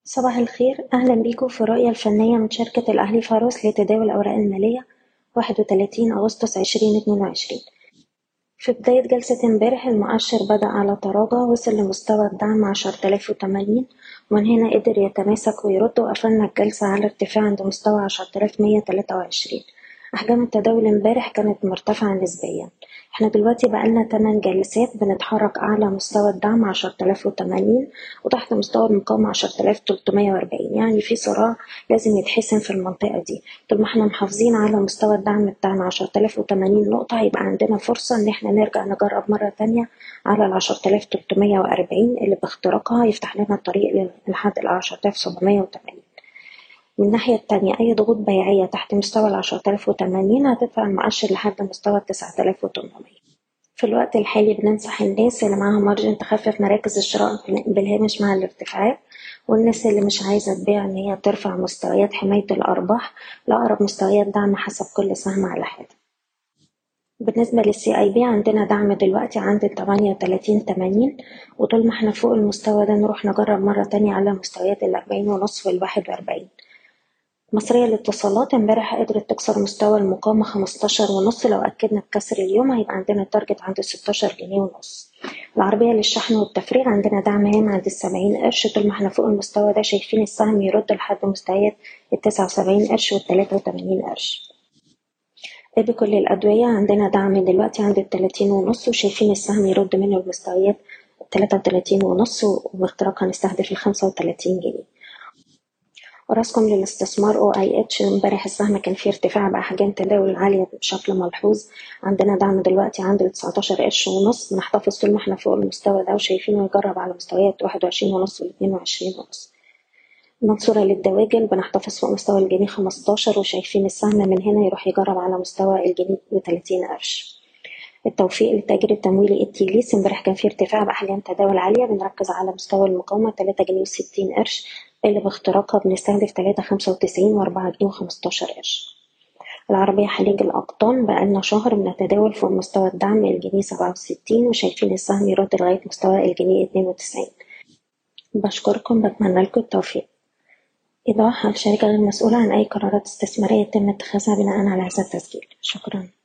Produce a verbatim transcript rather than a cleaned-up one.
صباح الخير، أهلا بيكم في الرؤية الفنية من شركة الأهلي فاروس لتداول الأوراق المالية واحد وتلاتين أغسطس عشرين اتنين وعشرين. في بداية جلسة امبارح المؤشر بدأ على تراجع، وصل لمستوى الدعم عشرة آلاف وتمانين، ومن هنا قدر يتماسك ويرد، وقفلنا الجلسة على ارتفاع عند مستوى عشرة آلاف مية تلاتة وعشرين. أحجام التداول امبارح كانت مرتفعة نسبيا. احنا دلوقتي بقالنا تمن جلسات بنتحرك أعلى مستوى الدعم عشرة آلاف وتمانين، وتحت مستوى المقاومة عشرة آلاف تلتمية وأربعين، يعني في صراع لازم يتحسم في المنطقة دي. طول ما احنا محافظين على مستوى الدعم بتاعنا عشرة آلاف وتمانين نقطة، يبقى عندنا فرصة إن احنا نرجع نجرب مرة تانية على العشرة آلاف تلتمية وأربعين، اللي باختراقها يفتح لنا الطريق لحد العشرة آلاف سبعمية وتمانين. من الناحية التانية أي ضغوط بيعية تحت مستوى العشرة آلاف وتمانين هتدفع المؤشر لحد مستوى التسعة آلاف وتمنمية. في الوقت الحالي بننصح الناس اللي معاها مارجن تخفف مراكز الشراء بالهامش مع الارتفاعات، والناس اللي مش عايزة تبيع إن هي ترفع مستويات حماية الأرباح لأقرب مستويات دعم حسب كل سهم على حدة. بالنسبة للسي اي بي عندنا دعم دلوقتي عند التمانية وتلاتين تمانين، وطول ما احنا فوق المستوى ده نروح نجرب مرة تانية على مستويات الأربعين ونص والواحد وأربعين. مصرية للاتصالات امبارح قدرت تكسر مستوى المقاومة خمستاشر ونص، لو أكدنا بكسر اليوم هيبقى عندنا التارجت عند ستاشر جنيه ونص. العربية للشحن والتفريغ عندنا دعم هنا عند السبعين قرش، طول ما احنا فوق المستوى ده شايفين السهم يرد لحد مستويات التسعة وسبعين قرش والتلاتة وتمانين قرش. بكل الأدوية عندنا دعم دلوقتي عند التلاتين ونص، وشايفين السهم يرد منه المستويات التلاتة وتلاتين ونص، وباختراق هنستهدف الخمسة وتلاتين جنيه. وراسكم للاستثمار او اي اتش امبارح السهم كان فيه ارتفاع بأحجام تداول عالية بشكل ملحوظ، عندنا دعم دلوقتي عند تسعتاشر قرش ونص، بنحتفظ طول ما احنا فوق المستوى ده وشايفينه يجرب على مستويات واحد وعشرين ونص واتنين وعشرين ونص. المنصورة للدواجن بنحتفظ فوق مستوى الجنيه خمستاشر، وشايفين السهم من هنا يروح يجرب على مستوى الجنيه وتلاتين قرش. التوفيق للتاجر التمويلي التيليس امبارح كان فيه ارتفاع بأحجام تداول عالية، بنركز على مستوى المقاومة تلاتة جنيه وستين قرش، اللي باختراقها بنستهدف تلاتة خمسة وتسعين وأربعة جنيه وخمستاشر قرش. العربية حليج الأقطان بقالنا شهر بنتداول فوق مستوى الدعم الجنيه سبعة وستين، وشايفين السهم يرد لغاية مستوى الجنيه اتنين وتسعين. بشكركم، بتمنى لكم التوفيق. إيضاح: الشركة غير مسؤولة عن أي قرارات استثمارية يتم اتخاذها بناء على هذا التسجيل. شكرا.